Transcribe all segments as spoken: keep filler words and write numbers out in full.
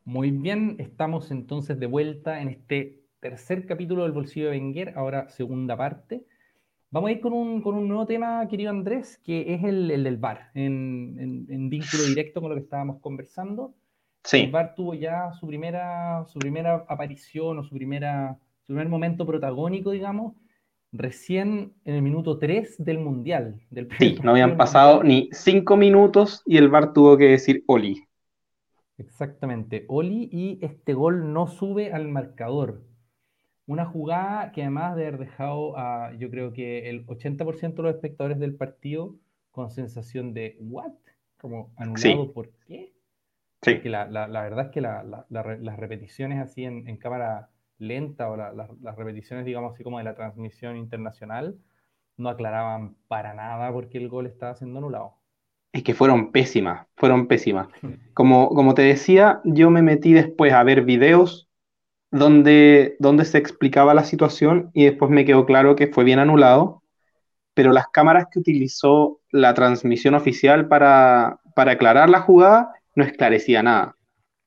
Muy bien, estamos entonces de vuelta en este tercer capítulo del Bolsillo de Wenger, ahora segunda parte. Vamos a ir con un, con un nuevo tema, querido Andrés, que es el, el del V A R, en, en- en vínculo directo con lo que estábamos conversando. El Sí, V A R tuvo ya su primera, su primera aparición o su, primera, su primer momento protagónico, digamos, recién en el minuto tres del Mundial, del primer sí, no partido habían del pasado Mundial. ni cinco minutos y el V A R tuvo que decir Oli. Exactamente, Oli, y este gol no sube al marcador. Una jugada que además de haber dejado a, yo creo que el ochenta por ciento de los espectadores del partido con sensación de ¿what? Como Sí, anulado, ¿por qué? Porque sí. la, la- la verdad es que la- la- la re- las repeticiones así en, en cámara lenta o la- la- las repeticiones, digamos así como de la transmisión internacional, no aclaraban para nada por qué el gol estaba siendo anulado. Es que fueron pésimas, fueron pésimas. Como, como te decía, yo me metí después a ver videos donde, donde se explicaba la situación y después me quedó claro que fue bien anulado, pero las cámaras que utilizó la transmisión oficial para, para aclarar la jugada no esclarecía nada.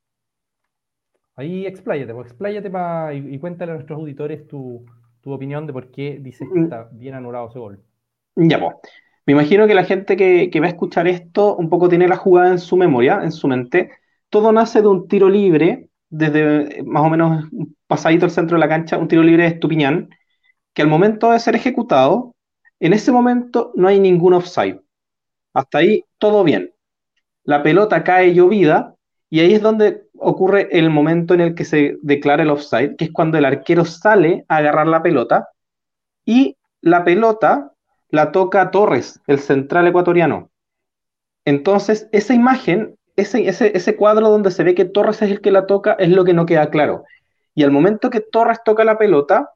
Ahí expláyate, pues expláyate pa- y, y cuéntale a nuestros auditores tu, tu opinión de por qué dices que Mm, está bien anulado ese gol. Ya, pues. Me imagino que la gente que, que va a escuchar esto un poco tiene la jugada en su memoria, en su mente. Todo nace de un tiro libre, desde eh, más o menos un pasadito al centro de la cancha, un tiro libre de Estupiñán, que al momento de ser ejecutado, en ese momento no hay ningún offside. Hasta ahí todo bien. La pelota cae llovida y ahí es donde ocurre el momento en el que se declara el offside, que es cuando el arquero sale a agarrar la pelota y la pelota la toca Torres, el central ecuatoriano. Entonces, esa imagen, ese, ese, ese cuadro donde se ve que Torres es el que la toca, es lo que no queda claro. Y al momento que Torres toca la pelota,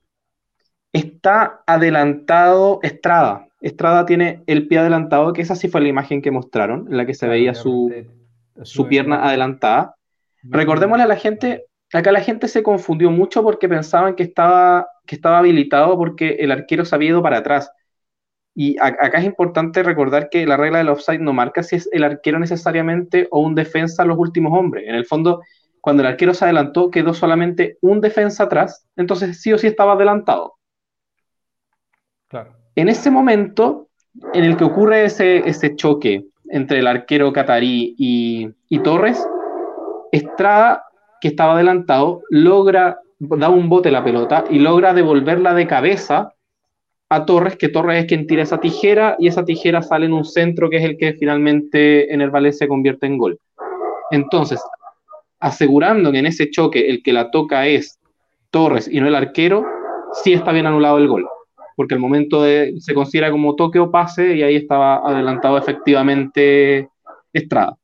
está adelantado Estrada. Estrada tiene el pie adelantado, que esa sí fue la imagen que mostraron, en la que se Claro, veía su, realmente, así, su pierna imagen, adelantada. Recordémosle a imagen, la gente, acá la gente se confundió mucho porque pensaban que estaba, que estaba habilitado porque el arquero se había ido para atrás. Y a- acá es importante recordar que la regla del offside no marca si es el arquero necesariamente o un defensa los últimos hombres. En el fondo, cuando el arquero se adelantó, quedó solamente un defensa atrás, entonces sí o sí estaba adelantado. claro. En ese momento en el que ocurre ese, ese choque entre el arquero catarí y, y Torres, Estrada, que estaba adelantado, logra, da un bote la pelota y logra devolverla de cabeza a Torres, que Torres es quien tira esa tijera y esa tijera sale en un centro que es el que finalmente en el Valencia se convierte en gol. Entonces, asegurando que en ese choque el que la toca es Torres y no el arquero, sí está bien anulado el gol, porque el momento de, se considera como toque o pase y ahí estaba adelantado efectivamente Estrada.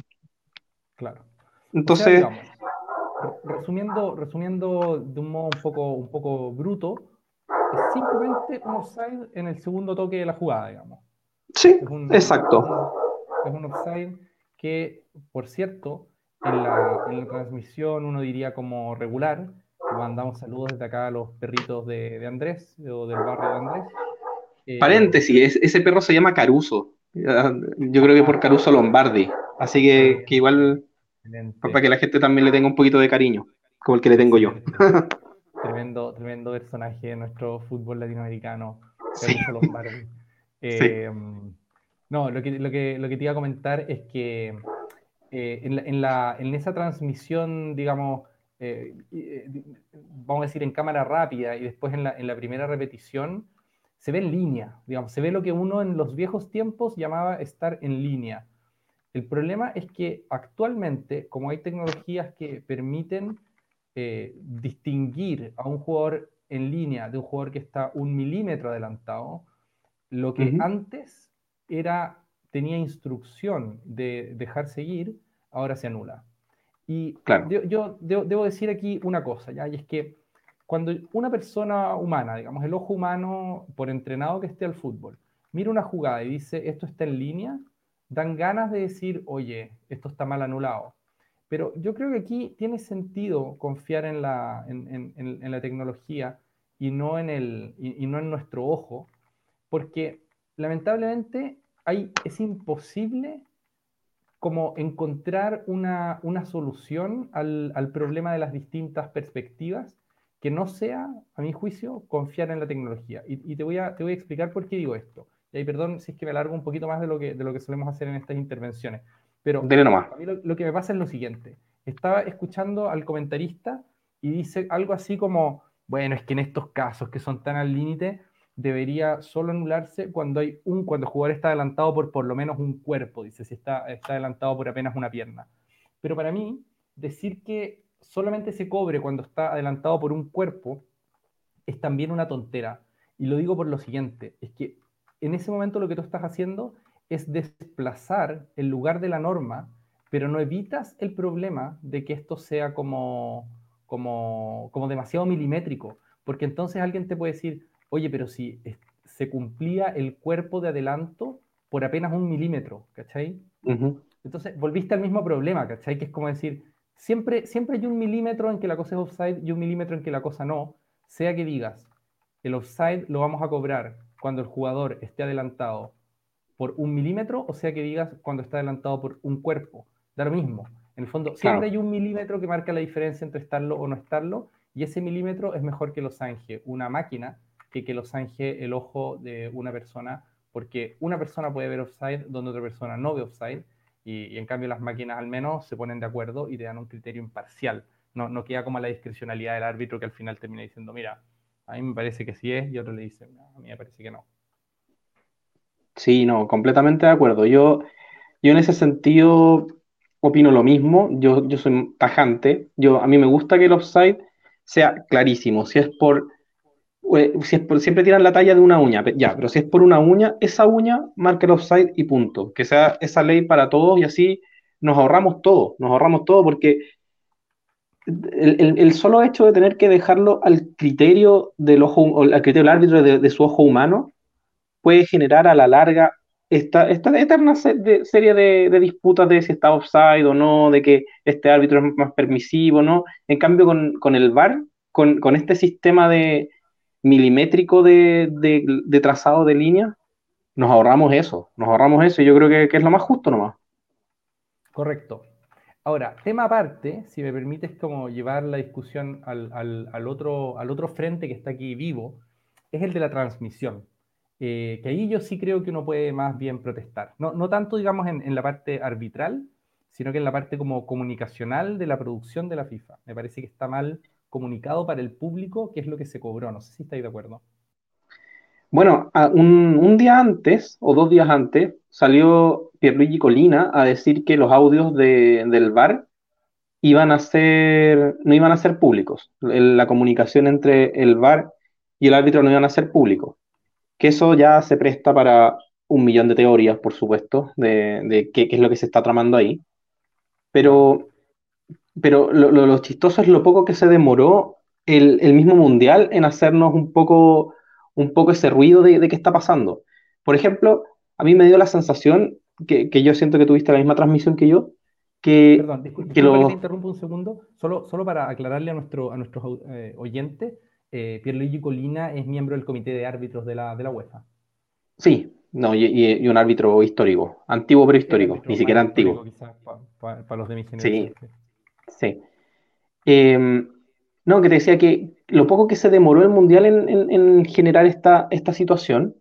Claro. O sea, Entonces, digamos, re- resumiendo, resumiendo de un modo un poco, un poco bruto, es simplemente un offside en el segundo toque de la jugada, digamos. sí, Es un, es exacto. un, es un offside que, por cierto, en la, en la transmisión uno diría como regular, y mandamos saludos desde acá a los perritos de, de Andrés, o del barrio de Andrés. Eh, Paréntesis, es- ese perro se llama Caruso. Yo creo que por Caruso Lombardi. Así que, que excelente, igual para excelente, que la gente también le tenga un poquito de cariño, como el que le tengo yo. excelente. Tremendo, tremendo personaje de nuestro fútbol latinoamericano, Sí, Caruso Lombardi. sí. Eh, no, lo que, lo que, lo que te iba a comentar es que eh, en la, en la- en esa transmisión, digamos, eh, eh, vamos a decir en cámara rápida y después en la, en la primera repetición, se ve en línea, digamos, se ve lo que uno en los viejos tiempos llamaba estar en línea. El problema es que actualmente, como hay tecnologías que permiten eh, distinguir a un jugador en línea de un jugador que está un milímetro adelantado, lo que Ujú, antes era, tenía instrucción de dejar seguir, ahora se anula. Y claro. yo, yo debo, debo decir aquí una cosa, ¿ya? Y es que cuando una persona humana, digamos, el ojo humano, por entrenado que esté al fútbol, mira una jugada y dice, esto está en línea, dan ganas de decir, oye, esto está mal anulado. Pero yo creo que aquí tiene sentido confiar en la, en, en- en- en la tecnología y no en el, y, y no en nuestro ojo, porque lamentablemente hay, es imposible como encontrar una, una solución al, al problema de las distintas perspectivas que no sea, a mi juicio, confiar en la tecnología. Y, y te, voy a, te voy a explicar por qué digo esto. Y ahí, perdón si es que me alargo un poquito más de lo que, de lo que solemos hacer en estas intervenciones. Pero Dele nomás. a mí lo, lo que me pasa es lo siguiente. Estaba escuchando al comentarista y dice algo así como, bueno, es que en estos casos que son tan al límite, debería solo anularse cuando hay un, cuando el jugador está adelantado por por lo menos un cuerpo, dice, si está, está adelantado por apenas una pierna. Pero para mí, decir que solamente se cobre cuando está adelantado por un cuerpo es también una tontera. Y lo digo por lo siguiente, es que en ese momento lo que tú estás haciendo es desplazar el lugar de la norma, pero no evitas el problema de que esto sea como, como, como demasiado milimétrico, porque entonces alguien te puede decir, oye, pero si se cumplía el cuerpo de adelanto por apenas un milímetro, ¿cachai? Ujú. Entonces volviste al mismo problema, ¿cachai? Que es como decir, siempre, siempre hay un milímetro en que la cosa es offside y un milímetro en que la cosa no, sea que digas, el offside lo vamos a cobrar cuando el jugador esté adelantado por un milímetro, o sea que digas cuando está adelantado por un cuerpo. Da lo mismo. En el fondo, siempre Claro. hay un milímetro que marca la diferencia entre estarlo o no estarlo, y ese milímetro es mejor que lo zanje una máquina que que lo zanje el ojo de una persona, porque una persona puede ver offside donde otra persona no ve offside, y, y en cambio las máquinas al menos se ponen de acuerdo y te dan un criterio imparcial. No, no queda como la discrecionalidad del árbitro que al final termina diciendo, mira, a mí me parece que sí es, y otro le dice, a mí me parece que no. Sí, no, completamente de acuerdo. Yo, yo en ese sentido opino lo mismo. Yo, yo soy tajante. Yo, a mí me gusta que el offside sea clarísimo. Si es por, eh, si es por, siempre tiran la talla de una uña, pe- ya, pero si es por una uña, esa uña marca el offside y punto. Que sea esa ley para todos y así nos ahorramos todo, nos ahorramos todo porque el, el- el solo hecho de tener que dejarlo al criterio del ojo, o al criterio del árbitro de, de su ojo humano puede generar a la larga esta, esta eterna se- de- serie de, de disputas de si está offside o no, de que este árbitro es más permisivo, ¿no? En cambio, con, con el V A R, con, con este sistema de milimétrico de, de, de trazado de línea, nos ahorramos eso, nos ahorramos eso y yo creo que, que es lo más justo nomás. Correcto. Ahora, tema aparte, si me permites como llevar la discusión al, al- al otro, al otro frente que está aquí vivo, es el de la transmisión. Eh, que ahí yo sí creo que uno puede más bien protestar. No, no tanto, digamos, en, en la parte arbitral, sino que en la parte como comunicacional de la producción de la FIFA. Me parece que está mal comunicado para el público qué es lo que se cobró. No sé si estáis de acuerdo. Bueno, a- un, un día antes o dos días antes salió Pierluigi Colina a decir que los audios de- del V A R iban a ser, no iban a ser públicos. El- La comunicación entre el V A R y el árbitro no iban a ser públicos. Que eso ya se presta para un millón de teorías, por supuesto, de, de qué, qué es lo que se está tramando ahí. Claro. Pero, pero lo, lo- lo chistoso es lo poco que se demoró el, el mismo Mundial en hacernos un poco, un poco ese ruido de, de qué está pasando. Por ejemplo, a mí me dio la sensación, que, que yo siento que tuviste la misma transmisión que yo, que, Perdón, discul- que disculpa que te los... interrumpa un segundo, solo, solo para aclararle a, nuestro, a nuestros eh, oyentes, eh, Pierluigi Colina es miembro del comité de árbitros de la, de la UEFA. Sí, no, y, y- y un árbitro histórico, antiguo pero El histórico, ni árbitro más siquiera histórico antiguo. quizás para los de mi generación. Sí, Sí. sí. Eh, no, que te decía que lo poco que se demoró el Mundial en, en- en generar esta, esta situación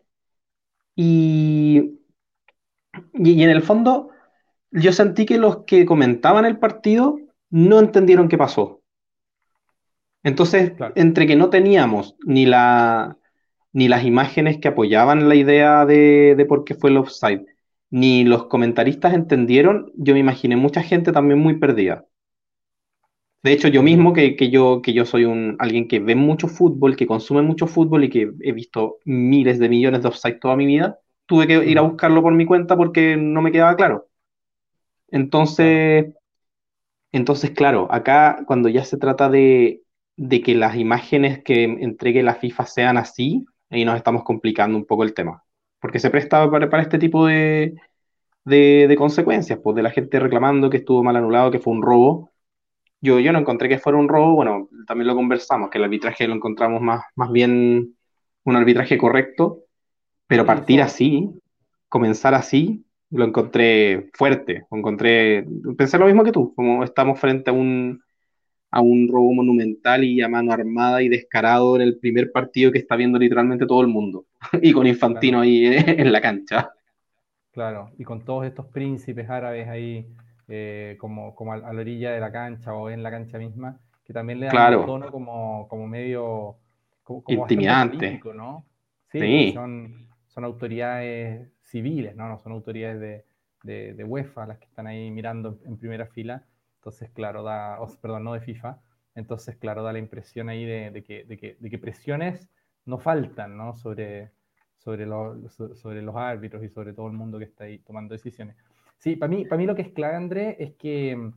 y, y, y en el fondo yo sentí que los que comentaban el partido no entendieron qué pasó. Entonces, Claro. entre que no teníamos ni la, ni las imágenes que apoyaban la idea de, de por qué fue el offside, ni los comentaristas entendieron, yo me imaginé mucha gente también muy perdida. De hecho, yo Sí, mismo, yo, que, que yo, que yo soy un, alguien que ve mucho fútbol, que consume mucho fútbol y que he visto miles de millones de offside toda mi vida, tuve que ir a ujú, buscarlo por mi cuenta porque no me quedaba claro. claro. Entonces, entonces, claro, acá cuando ya se trata de, de que las imágenes que entregue la FIFA sean así, ahí nos estamos complicando un poco el tema. Porque se presta para, para este tipo de, de, de consecuencias, pues de la gente reclamando que estuvo mal anulado, que fue un robo. Yo, yo no encontré que fuera un robo, bueno, también lo conversamos, que el arbitraje lo encontramos más, más bien un arbitraje correcto, pero Sí, partir so- así, comenzar así, Lo encontré fuerte, lo encontré, pensé lo mismo que tú, como estamos frente a un, a un robo monumental y a mano armada y descarado en el primer partido que está viendo literalmente todo el mundo, y con Infantino Claro, ahí en la cancha. claro. Y con todos estos príncipes árabes ahí, eh, como, como a, a la orilla de la cancha o en la cancha misma, que también le dan un Claro, tono como, como medio, como, como bastante intimidante, político, ¿no? Sí, porque sí, son, son autoridades civiles, ¿no? No son autoridades de, de, de UEFA las que están ahí mirando en primera fila. Entonces, claro, da, o, perdón, no de FIFA. Entonces, claro, da la impresión ahí de, de que, de, que, de que presiones no faltan, ¿no? Sobre, sobre, lo- so- sobre los árbitros y sobre todo el mundo que está ahí tomando decisiones. Sí, para mí, para mí lo que es clave, André, es que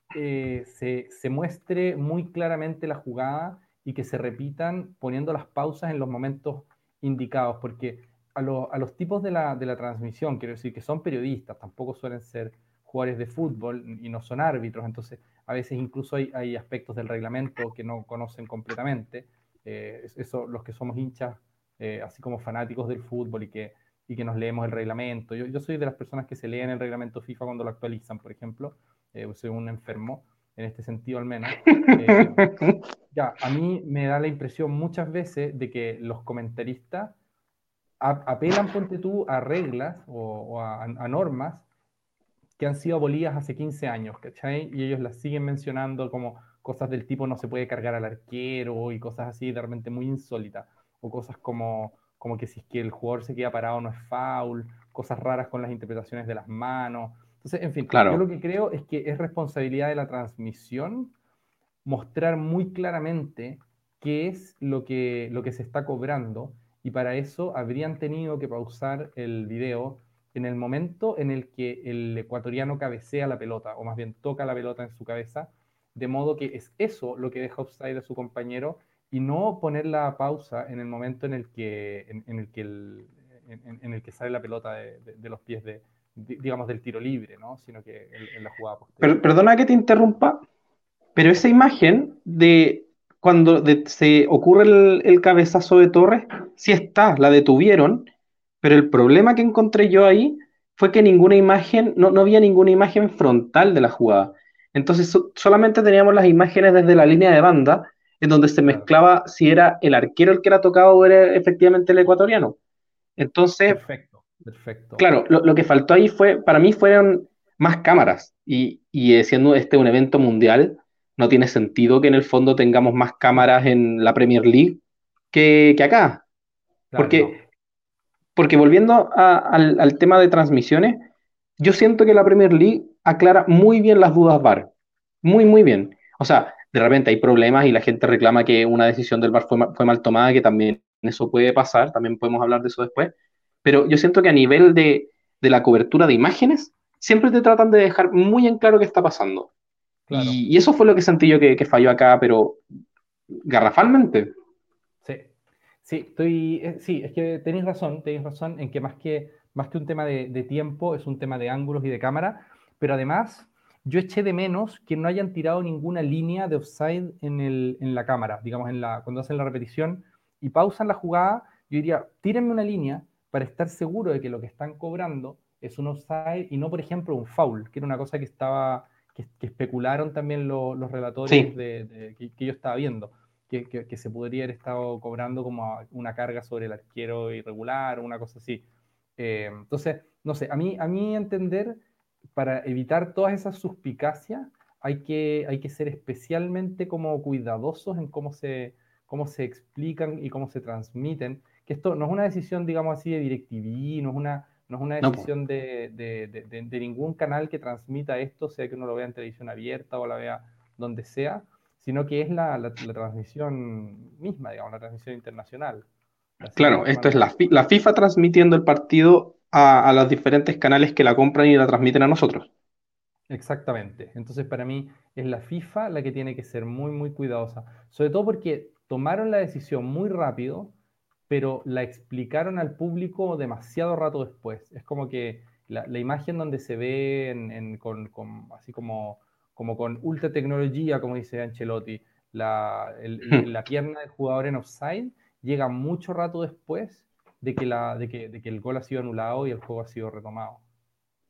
eh, se, se muestre muy claramente la jugada y que se repitan poniendo las pausas en los momentos indicados, porque a, lo- a los tipos de la, de la transmisión, quiero decir que son periodistas, tampoco suelen ser jugadores de fútbol y no son árbitros, entonces a veces incluso hay, hay aspectos del reglamento que no conocen completamente. Eh, eso, los que somos hinchas, eh, así como fanáticos del fútbol y que, y que nos leemos el reglamento. Yo, yo soy de las personas que se leen el reglamento FIFA cuando lo actualizan, por ejemplo. Eh, soy un enfermo, en este sentido al menos. Eh, ya, a mí me da la impresión muchas veces de que los comentaristas a- apelan, ponte tú, a reglas o, o a, a normas que han sido abolidas hace quince años, ¿cachai? Y ellos las siguen mencionando como cosas del tipo no se puede cargar al arquero y cosas así de repente muy insólitas, o cosas como, como que si es que el jugador se queda parado no es foul, cosas raras con las interpretaciones de las manos. Entonces, en fin, yo lo claro. que creo es que es responsabilidad de la transmisión mostrar muy claramente qué es lo que, lo que se está cobrando y para eso habrían tenido que pausar el video en el momento en el que el ecuatoriano cabecea la pelota, o más bien toca la pelota en su cabeza, de modo que es eso lo que deja offside a su compañero y no poner la pausa en el momento en el que, en, en el, que el, en, en, el que sale la pelota de, de, de los pies de, digamos, del tiro libre, ¿no? Sino que en, en la jugada Per- posterior. perdona que te interrumpa, pero esa imagen de cuando de- se ocurre el, el cabezazo de Torres, sí está, la detuvieron, pero el problema que encontré yo ahí fue que ninguna imagen, no, no había ninguna imagen frontal de la jugada. Entonces so- solamente teníamos las imágenes desde la línea de banda, en donde se Claro. mezclaba si era el arquero el que era tocado o era efectivamente el ecuatoriano. Entonces, Perfecto, perfecto. claro, lo, lo que faltó ahí fue, para mí fueron más cámaras y, y eh, siendo este un evento mundial, no tiene sentido que en el fondo tengamos más cámaras en la Premier League que, que acá. Claro, no. Porque, porque volviendo a- al, al tema de transmisiones, yo siento que la Premier League aclara muy bien las dudas V A R. Muy, muy bien. O sea, de repente hay problemas y la gente reclama que una decisión del V A R fue, ma- fue mal tomada, que también eso puede pasar, también podemos hablar de eso después. Pero yo siento que a nivel de, de la cobertura de imágenes, siempre te tratan de dejar muy en claro qué está pasando. Claro. Y, y eso fue lo que sentí yo que, que falló acá, pero garrafalmente. Sí. Sí, estoy, eh, sí, es que tenéis razón, tenéis razón en que más que, más que un tema de, de tiempo, es un tema de ángulos y de cámara, pero además yo eché de menos que no hayan tirado ninguna línea de offside en, el, en la cámara, digamos, en la, cuando hacen la repetición y pausan la jugada, yo diría, tírenme una línea para estar seguro de que lo que están cobrando es un offside y no, por ejemplo, un foul, que era una cosa que estaba, que, que especularon también lo- los relatores Sí, de, de- que, que yo estaba viendo que, que, que, se podría haber estado cobrando como una carga sobre el arquero irregular o una cosa así. Eh, entonces, no sé, a mí, a mí entender, para evitar todas esas suspicacias, hay que, hay que ser especialmente como cuidadosos en cómo se, cómo se explican y cómo se transmiten. Que esto no es una decisión, digamos así, de DirecTV, no es una, no es una no, po. decisión de, de, de, de, de ningún canal que transmita esto, sea que uno lo vea en televisión abierta o la vea donde sea, sino que es la, la, la transmisión misma, digamos, la transmisión internacional. La siguen Claro, esto es informando. la, fi- la FIFA transmitiendo el partido a, a los diferentes canales que la compran y la transmiten a nosotros. Exactamente. Entonces, para mí es la FIFA la que tiene que ser muy, muy cuidadosa. Sobre todo porque tomaron la decisión muy rápido, pero la explicaron al público demasiado rato después. Es como que la, la imagen donde se ve en- en- con, con- así como, como con ultra tecnología, como dice Ancelotti, la, el- el- la pierna del jugador en offside llega mucho rato después de que, la, de que, de que el gol ha sido anulado y el juego ha sido retomado.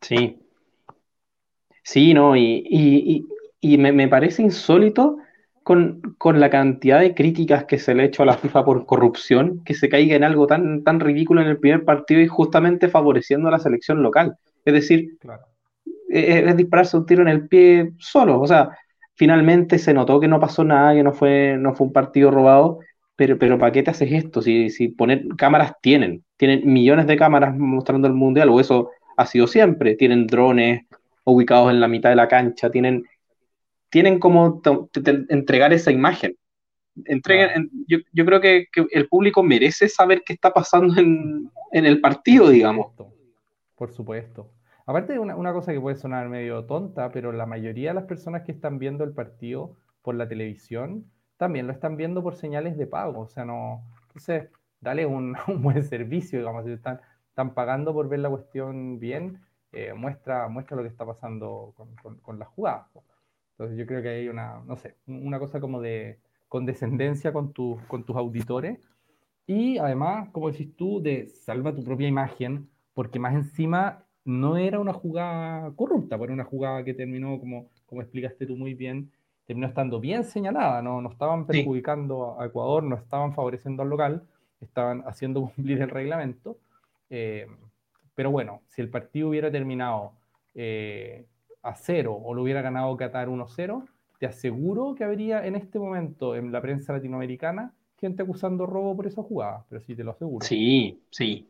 Sí, sí, no, y, y, y- y me, me parece insólito con, con la cantidad de críticas que se le ha hecho a la FIFA por corrupción, que se caiga en algo tan, tan ridículo en el primer partido y justamente favoreciendo a la selección local. Es decir, Claro. eh, es dispararse un tiro en el pie solo. O sea, finalmente se notó que no pasó nada, que no fue, no fue un partido robado, pero, pero ¿para qué te haces esto? Si, si poner cámaras tienen, tienen millones de cámaras mostrando el mundial, o eso ha sido siempre. Tienen drones ubicados en la mitad de la cancha, tienen, tienen como to- te- te- entregar esa imagen. Entreguen, Claro. en- yo, yo creo que, que el público merece saber qué está pasando en, en el Por partido, digamos. supuesto. Por supuesto. Aparte de una, una cosa que puede sonar medio tonta, pero la mayoría de las personas que están viendo el partido por la televisión también lo están viendo por señales de pago. O sea, no. Entonces, dale un, un buen servicio, digamos. Si están, están pagando por ver la cuestión bien, eh, muestra, muestra lo que está pasando con, con, con las jugadas. Po. Entonces, yo creo que hay una, no sé, una cosa como de condescendencia con, tu, con tus auditores y además, como decís tú, de salva tu propia imagen, porque más encima no era una jugada corrupta, pero era una jugada que terminó, como, como explicaste tú muy bien, terminó estando bien señalada, no, no estaban Sí. perjudicando a Ecuador, no estaban favoreciendo al local, estaban haciendo cumplir el reglamento. Eh, pero bueno, si el partido hubiera terminado eh, a cero o lo hubiera ganado Qatar uno cero, te aseguro que habría en este momento en la prensa latinoamericana gente acusando robo por esa jugada, pero sí te lo aseguro. Sí, sí,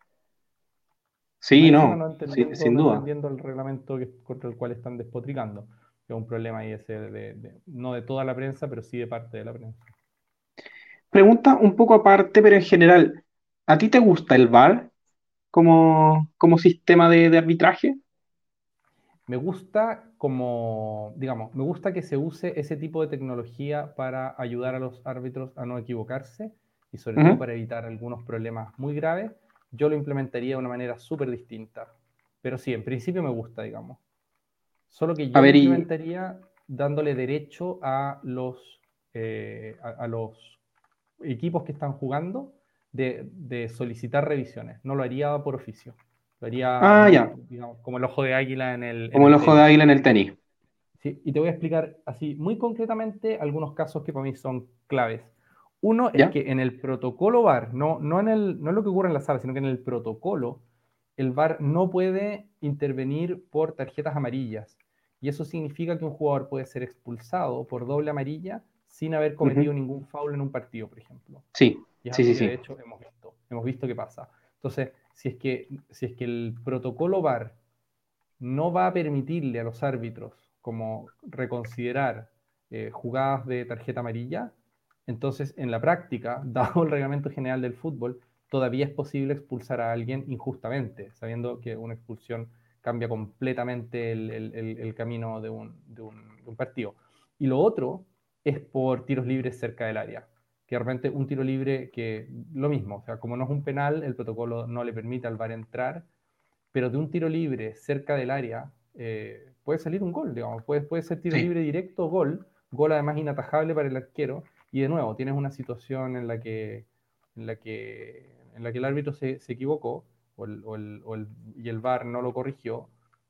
Y más sí, encima no, no sí, entendiendo, sin no duda. entendiendo el reglamento que, contra el cual están despotricando. Que es un problema ahí ese de, de- no de toda la prensa, pero sí de parte de la prensa. Pregunta un poco aparte, pero en general, ¿a ti te gusta el V A R como, como sistema de, de arbitraje? Me gusta como, digamos, me gusta que se use ese tipo de tecnología para ayudar a los árbitros a no equivocarse y sobre todo Ujú. para evitar algunos problemas muy graves. Yo lo implementaría de una manera súper distinta. Pero sí, en principio me gusta, digamos. Solo que A yo lo ver, y, implementaría dándole derecho a los, eh, a, a los equipos que están jugando de, de solicitar revisiones. No lo haría por oficio. Lo haría, ah, ya, digamos, como el ojo de águila en el, en como el el ojo de tenis. águila en el tenis. ¿Sí? Y te voy a explicar así muy concretamente algunos casos que para mí son claves. Uno es ¿Ya? que en el protocolo V A R, no, no, en el, no es lo que ocurre en la sala, sino que en el protocolo, el V A R no puede intervenir por tarjetas amarillas. Y eso significa que un jugador puede ser expulsado por doble amarilla sin haber cometido Ujú. ningún foul en un partido, por ejemplo. Sí, Y es sí, algo sí, que de sí. hecho hemos visto, hemos visto que pasa. Entonces, si es que, si es que el protocolo V A R no va a permitirle a los árbitros como reconsiderar eh, jugadas de tarjeta amarilla, entonces en la práctica, dado el reglamento general del fútbol, todavía es posible expulsar a alguien injustamente, sabiendo que una expulsión cambia completamente el, el, el, el camino de un, de, un, de un, partido. Y lo otro es por tiros libres cerca del área, que de repente un tiro libre que lo mismo, o sea, como no es un penal, el protocolo no le permite al V A R entrar, pero de un tiro libre cerca del área eh, puede salir un gol, digamos, puede, puede ser tiro Sí. libre directo, gol, gol además inatajable para el arquero, y de nuevo, tienes una situación en la que, en la que, en la que el árbitro se, se equivocó o el, o el, o el, y el V A R no lo corrigió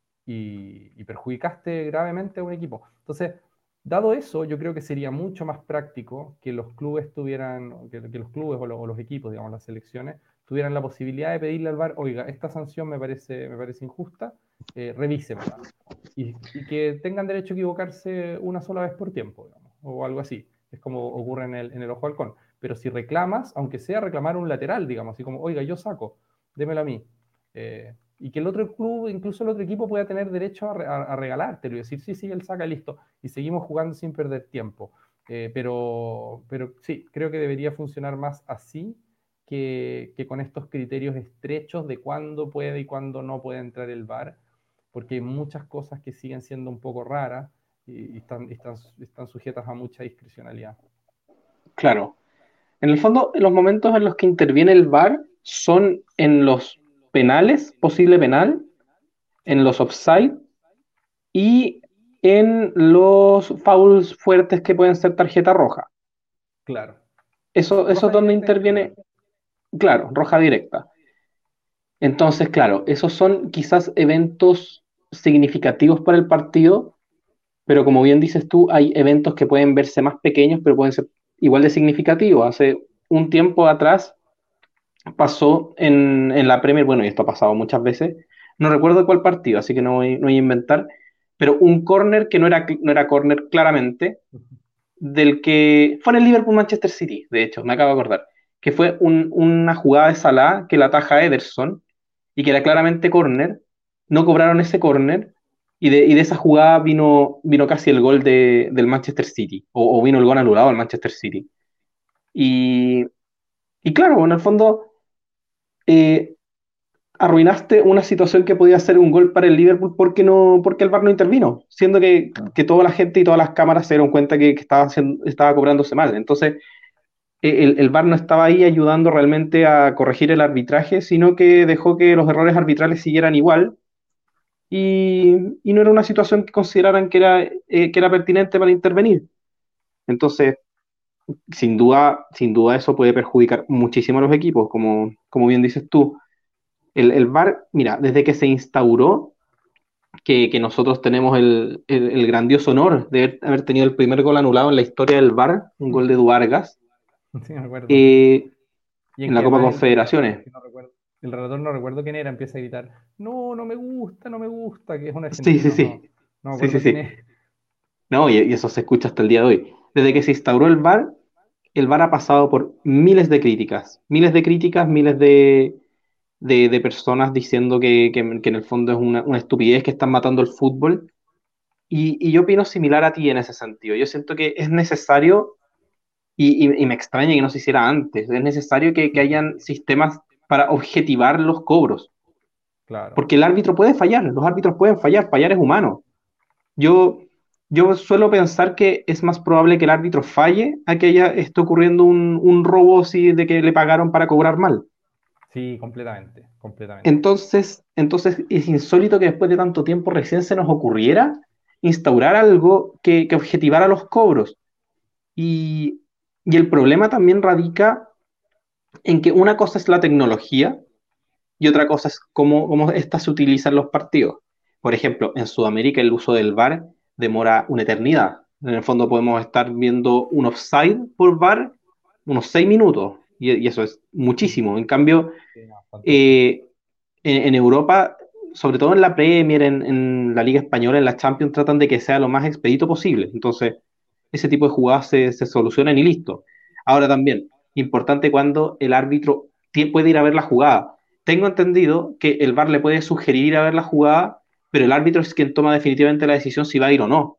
y, y perjudicaste gravemente a un equipo. Entonces, dado eso, yo creo que sería mucho más práctico que los clubes tuvieran, que, que los clubes o, lo, o, los equipos, digamos, las selecciones, tuvieran la posibilidad de pedirle al V A R, oiga, esta sanción me parece, me parece injusta, eh, revísemela. Y, y, que tengan derecho a equivocarse una sola vez por tiempo, digamos, o algo así. Es como ocurre en el, en el ojo halcón. Pero si reclamas, aunque sea reclamar un lateral, digamos, así como, oiga, yo saco, démelo a mí. Eh, y que el otro club, incluso el otro equipo, pueda tener derecho a, a, a regalártelo y decir, sí, sí, él saca, listo, y seguimos jugando sin perder tiempo. Eh, pero, pero sí, creo que debería funcionar más así que, que con estos criterios estrechos de cuándo puede y cuándo no puede entrar el V A R, porque hay muchas cosas que siguen siendo un poco raras y, y están, están, están sujetas a mucha discrecionalidad. Claro. En el fondo, los momentos en los que interviene el V A R son en los penales, posible penal, en Sí, los offside y en los fouls fuertes que pueden ser tarjeta roja. claro. Eso, eso es Roja donde directa en interviene, general. claro, roja directa. Entonces, claro, esos son quizás eventos significativos para el partido, pero como bien dices tú, hay eventos que pueden verse más pequeños, pero pueden ser igual de significativos. Hace un tiempo atrás pasó en, en la Premier, bueno, y esto ha pasado muchas veces, no recuerdo cuál partido, así que no voy, no voy a inventar, pero un córner que no era, no era córner claramente, del que fue en el Liverpool-Manchester City, de hecho, me acabo de acordar, que fue un- una jugada de Salah que la ataja Ederson y que era claramente córner, no cobraron ese córner y de, y de esa jugada vino, vino casi el gol de, del Manchester City, o, o vino el gol anulado al Manchester City. Y, y claro, en el fondo eh, arruinaste una situación que podía ser un gol para el Liverpool porque no, porque el V A R no intervino, siendo que, que toda la gente y todas las cámaras se dieron cuenta que, que estaba, haciendo- estaba cobrándose mal. Entonces, eh, el, el V A R no estaba ahí ayudando realmente a corregir el arbitraje, sino que dejó que los errores arbitrales siguieran igual y, y no era una situación que consideraran que era, eh, que era pertinente para intervenir. Entonces, sin duda, sin duda eso puede perjudicar muchísimo a los equipos, como, como bien dices tú. El, el V A R, mira, desde que se instauró, que, que nosotros tenemos el, el- el grandioso honor de haber, haber tenido el primer gol anulado en la historia del V A R, un gol de Duargas, Sí, me acuerdo. eh, Y en en la que Copa además el relator, Confederaciones. que no recuerdo, el relator no recuerdo quién era, empieza a gritar, no, no me gusta, no me gusta, que es un Sí, sí, argentino, no, sí. no me Sí, sí, acuerdo quién sí. es. No, y, y eso se escucha hasta el día de hoy. Desde que se instauró el V A R, el V A R ha pasado por miles de críticas, miles de críticas, miles de, de, de personas diciendo que, que- que en el fondo es una, una estupidez, que están matando el fútbol. Y, y yo opino similar a ti en ese sentido. Yo siento que es necesario, y, y- y me extraña que no se hiciera antes, es necesario que, que hayan sistemas para objetivar los cobros, Claro. porque el árbitro puede fallar, los árbitros pueden fallar, fallar es humano. Yo, yo suelo pensar que es más probable que el árbitro falle a que haya esté ocurriendo un, un robo así de que le pagaron para cobrar mal. Sí, completamente, completamente. Entonces, entonces es insólito que después de tanto tiempo recién se nos ocurriera instaurar algo que, que objetivara los cobros. Y, y el problema también radica en que una cosa es la tecnología y otra cosa es cómo, cómo ésta se utiliza en los partidos. Por ejemplo, en Sudamérica el uso del V A R demora una eternidad. En el fondo podemos estar viendo un offside por V A R unos seis minutos y, y eso es muchísimo. En cambio, Sí, no, fantástico. eh, en, en Europa, sobre todo en la Premier, en, en la Liga Española, en la Champions, tratan de que sea lo más expedito posible. Entonces, ese tipo de jugadas se, se solucionan y listo. Ahora también, importante cuando el árbitro tie- puede ir a ver la jugada. Tengo entendido que el V A R le puede sugerir ir a ver la jugada, pero el árbitro es quien toma definitivamente la decisión si va a ir o no.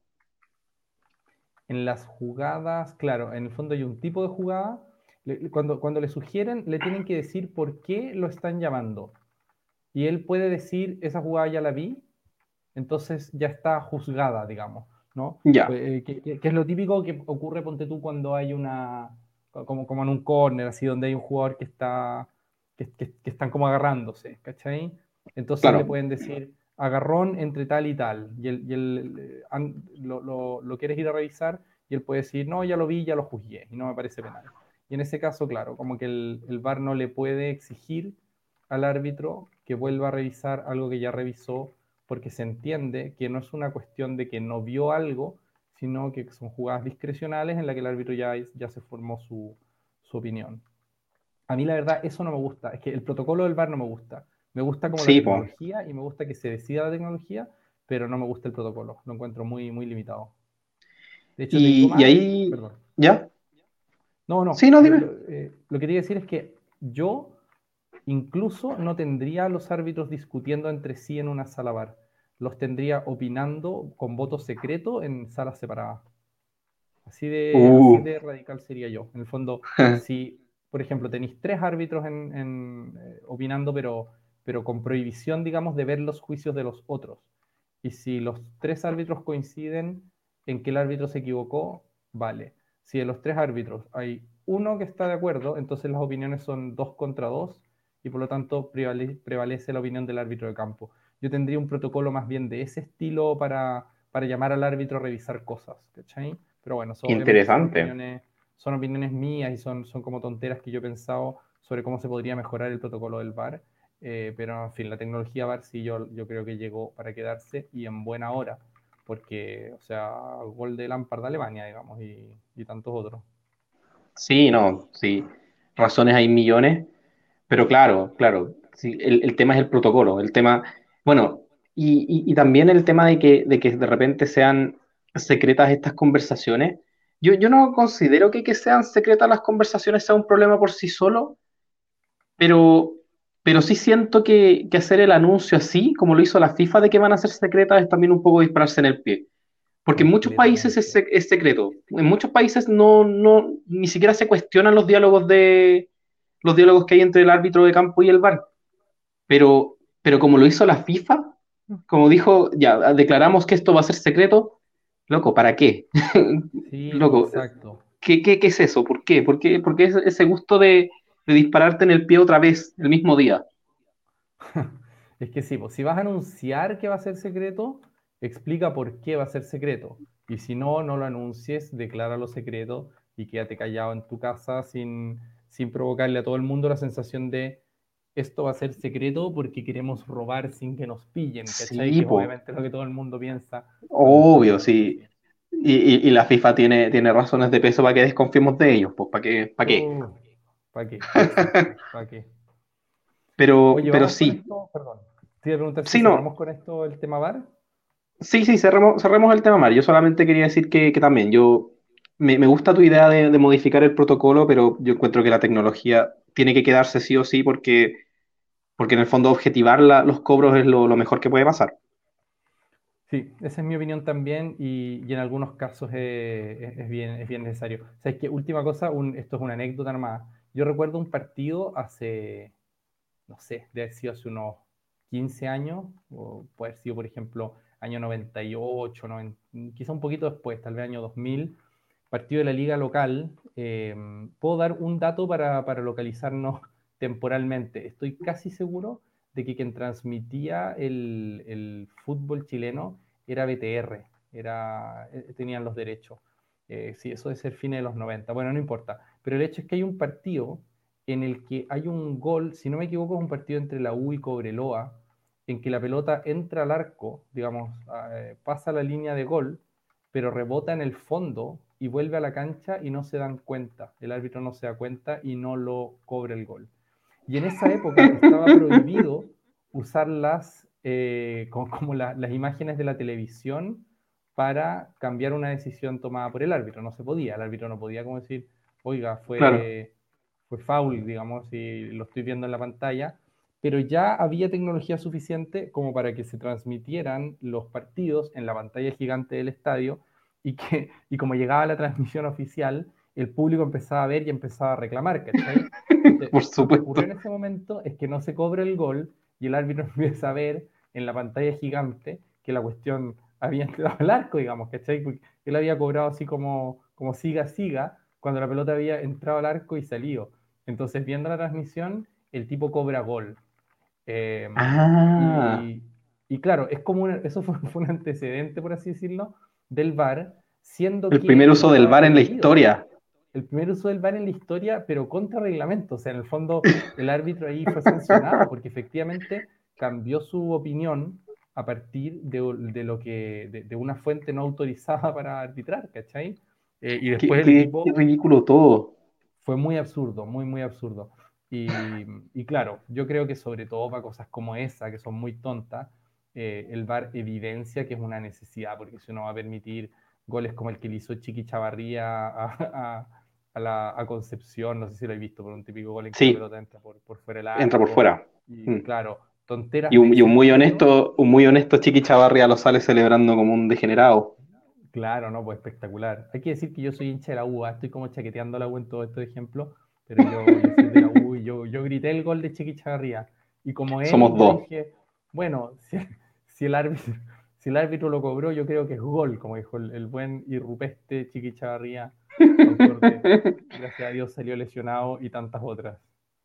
En las jugadas, claro, en el fondo hay un tipo de jugada, le- cuando, cuando le sugieren, le tienen que decir por qué lo están llamando. Y él puede decir, esa jugada ya la vi, entonces ya está juzgada, digamos, ¿no? Ya, Pues, eh, que, que- que es lo típico que ocurre, ponte tú, cuando hay una, como, como en un córner, así, donde hay un jugador que está, que, que- que están como agarrándose, ¿cachai? Entonces le claro, pueden decir, agarrón entre tal y tal, y él, y él, eh, an- lo, lo- lo quieres ir a revisar, y él puede decir, no, ya lo vi, ya lo juzgué, y no me parece penal. Y en ese caso, claro, como que el, el V A R no le puede exigir al árbitro que vuelva a revisar algo que ya revisó, porque se entiende que no es una cuestión de que no vio algo, sino que son jugadas discrecionales en las que el árbitro ya, ya se formó su, su opinión. A mí la verdad eso no me gusta, es que el protocolo del V A R no me gusta. Me gusta como la sí, pues. tecnología y me gusta que se decida la tecnología, pero no me gusta el protocolo, lo encuentro muy, muy limitado. De hecho, te digo Y, y más, ahí, perdón. ¿ya? No, Sí, no, no, lo, dime. lo, eh, lo que quería decir es que yo incluso no tendría a los árbitros discutiendo entre sí en una sala V A R. Los tendría opinando con voto secreto en salas separadas. Así de, así Uh, de radical sería yo. En el fondo, si, por ejemplo, tenéis tres árbitros en, en, eh, opinando, pero, pero con prohibición, digamos, de ver los juicios de los otros. Y si los tres árbitros coinciden en que el árbitro se equivocó, vale. Si de los tres árbitros hay uno que está de acuerdo, entonces las opiniones son dos contra dos y por lo tanto prevale- prevalece la opinión del árbitro de campo. Yo tendría un protocolo más bien de ese estilo para, para llamar al árbitro a revisar cosas, ¿cachai? Pero bueno, eso obviamente son interesante. opiniones, son opiniones mías y son, son como tonteras que yo he pensado sobre cómo se podría mejorar el protocolo del V A R. eh, pero en fin, la tecnología V A R sí yo, yo creo que llegó para quedarse y en buena hora, porque, o sea, gol de Lampard de Alemania, digamos, y, y tantos otros. Sí, no, sí, razones hay millones, pero claro, claro, sí, el, el tema es el protocolo, el tema, bueno, y, y- y también el tema de que, de que de repente sean secretas estas conversaciones. Yo, yo no considero que que sean secretas las conversaciones sea un problema por sí solo, pero, pero sí siento que, que hacer el anuncio así, como lo hizo la FIFA de que van a ser secretas, es también un poco dispararse en el pie. Porque en muchos países es, Completamente. sec- es secreto. En muchos países no, no, ni siquiera se cuestionan los diálogos de los diálogos que hay entre el árbitro de campo y el V A R. Pero, pero como lo hizo la FIFA, como dijo, ya, declaramos que esto va a ser secreto, loco, ¿para qué? Sí, Loco, exacto. ¿qué, qué, qué es eso? ¿Por qué? ¿Por qué, por qué ese ese gusto de, de dispararte en el pie otra vez el mismo día? Es que sí, pues si vas a anunciar que va a ser secreto, explica por qué va a ser secreto. Y si no, no lo anuncies, decláralo secreto y quédate callado en tu casa sin, sin provocarle a todo el mundo la sensación de esto va a ser secreto porque queremos robar sin que nos pillen, ¿cachai? Sí, Que es po, obviamente lo que todo el mundo piensa cuando escucha obvio, una cosa sí. así. Y, y- y la FIFA tiene, tiene razones de peso para que desconfiemos de ellos, pues, ¿para qué? ¿Para qué? Oh, ¿para qué? Exacto, ¿para qué? Pero, Oye, pero vamos con sí, esto, perdón. Te iba a preguntar si sí, no, cerramos con esto el tema V A R. sí, sí, cerremos, cerremos el tema, Mario. Yo solamente quería decir que, que también, yo, me, me gusta tu idea de, de modificar el protocolo, pero yo encuentro que la tecnología tiene que quedarse sí o sí porque, porque en el fondo objetivar la- los cobros es lo, lo mejor que puede pasar. Sí, esa es mi opinión también y, y en algunos casos eh, es, es bien, es bien necesario. O sea, es que última cosa, un- esto es una anécdota nomás. Yo recuerdo un partido hace, no sé, debe haber sido hace unos quince años, o puede haber sido, por ejemplo, año noventa y ocho, noventa, quizá un poquito después, tal vez año dos mil, partido de la liga local. Eh, puedo dar un dato para, para localizarnos temporalmente. Estoy casi seguro de que quien transmitía el, el fútbol chileno era B T R, era, eh, tenían los derechos. Eh, sí, eso debe ser fines de los noventa. Bueno, no importa. Pero el hecho es que hay un partido en el que hay un gol, si no me equivoco, es un partido entre la U y Cobreloa, en que la pelota entra al arco, digamos, eh, pasa la línea de gol, pero rebota en el fondo y vuelve a la cancha y no se dan cuenta. El árbitro no se da cuenta y no lo cobra el gol. Y en esa época estaba prohibido usar las, eh, como, como la, las imágenes de la televisión para cambiar una decisión tomada por el árbitro. No se podía. El árbitro no podía como decir, oiga, Claro. fue, fue foul, digamos, y lo estoy viendo en la pantalla. Pero ya había tecnología suficiente como para que se transmitieran los partidos en la pantalla gigante del estadio y que, y como llegaba la transmisión oficial, el público empezaba a ver y empezaba a reclamar, ¿cachai? Entonces, Por lo que ocurrió supuesto. en ese momento es que no se cobra el gol y el árbitro empieza a ver en la pantalla gigante que la cuestión había entrado al arco, digamos, ¿cachai? Porque él había cobrado así como, como siga, siga, cuando la pelota había entrado al arco y salido. Entonces, viendo la transmisión, el tipo cobra gol. Eh, Ah, y, y, claro, es como una, eso fue, fue, un antecedente, por así decirlo, del V A R, siendo el que primer uso del estaba V A R en la prohibido historia. el primer uso del V A R en la historia, pero contra reglamento. O sea, en el fondo, el árbitro ahí fue sancionado porque efectivamente cambió su opinión a partir de, de lo que, de, de, una fuente no autorizada para arbitrar, ¿cachai? Eh, y Qué, después el qué- qué tipo ridículo todo. fue muy absurdo, muy, muy absurdo. Y, y claro, yo creo que sobre todo para cosas como esa, que son muy tontas, eh, el V A R evidencia que es una necesidad, porque si uno va a permitir goles como el que le hizo Chiqui Chavarría a, a, a la, a Concepción, no sé si lo he visto, por un típico gol en que la Sí, pelota entra por, por fuera del entra por arco. fuera. Y Mm. claro, Y tonteras de un, y ese un muy estilo. honesto, un muy honesto Chiqui Chavarria lo sale celebrando como un degenerado. Claro, no, pues espectacular. Hay que decir que yo soy hincha de la U, ¿ah? Estoy como chaqueteando la U en todos estos ejemplos, pero yo, yo soy de la U y yo, yo grité el gol de Chiqui Chavarría. Y como Somos él, yo dos. dije, bueno, si, si el árbitro, si el árbitro lo cobró, yo creo que es gol, como dijo el, el buen y rupeste Chiqui Chavarría, autor de Gracias a Dios salió lesionado y tantas otras.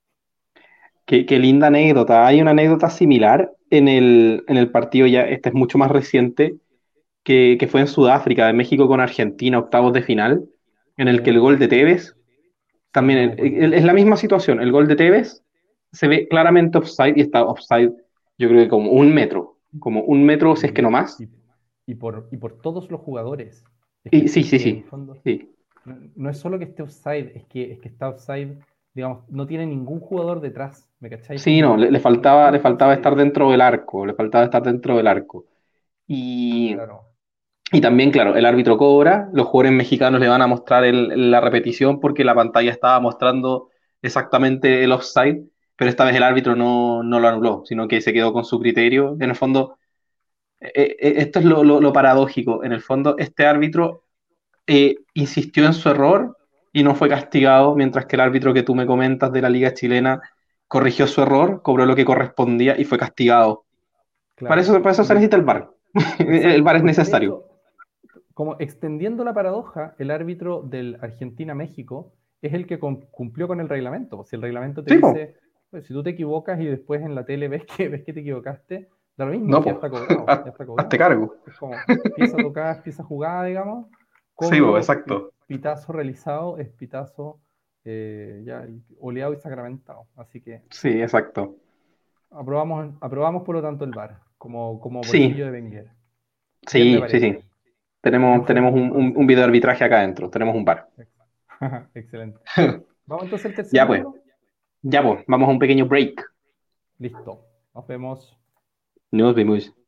Qué, qué linda anécdota. Hay una anécdota similar en el, en el partido ya, este es mucho más reciente, que, que fue en Sudáfrica, de México con Argentina, octavos de final, en el que el Uh, gol de Tevez, sí, también no me el- acuerdo. el- es la misma situación, el gol de Tevez se ve claramente offside y está offside, yo creo que como un metro, como un metro, si es que no Y, más. y, y por, y por todos los jugadores. Es Y que, sí, es sí, que en el sí, fondo sí. no, no es solo que esté offside, es que, es que está offside, digamos, no tiene ningún jugador detrás, ¿me cacháis? Sí, no, Como, le, le no, faltaba, no le está faltaba estar offside, dentro del arco, le faltaba estar dentro del arco. Y, claro, y también, claro, el árbitro cobra, los jugadores mexicanos le van a mostrar el- la repetición porque la pantalla estaba mostrando exactamente el offside, pero esta vez el árbitro no, no lo anuló, sino que se quedó con su criterio. En el fondo, eh, eh, esto es lo, lo- lo paradójico. En el fondo, este árbitro eh, insistió en su error y no fue castigado, mientras que el árbitro que tú me comentas de la Liga Chilena corrigió su error, cobró lo que correspondía y fue castigado. Para claro. eso, para eso se Porque, necesita el V A R. El exacto, V A R es porque de necesario. hecho, como extendiendo la paradoja, el árbitro del Argentina-México es el que cum- cumplió con el reglamento. Si el reglamento te Sí, po. dice, pues, si tú te equivocas y después en la tele ves que, ves que te equivocaste, da lo mismo, No, si ya po. está cobrado, ya está Hazte cobrado. cargo. Es como pieza tocada, pieza jugada, digamos, Sí, po, cobro, pi- exacto. pitazo realizado, es pitazo eh, ya y- oleado y sacramentado. Así que Sí, exacto. aprobamos, aprobamos por lo tanto el V A R, como, como bolsillo Sí, de Wenger. Bien me sí, sí, parece. sí. Tenemos, tenemos Entremos un, un, entonces. un video de arbitraje acá adentro. Tenemos un V A R. Excelente. Vamos entonces al tercer Ya pues, número. ya pues, vamos a un pequeño break. Listo. Nos vemos. Nos vemos.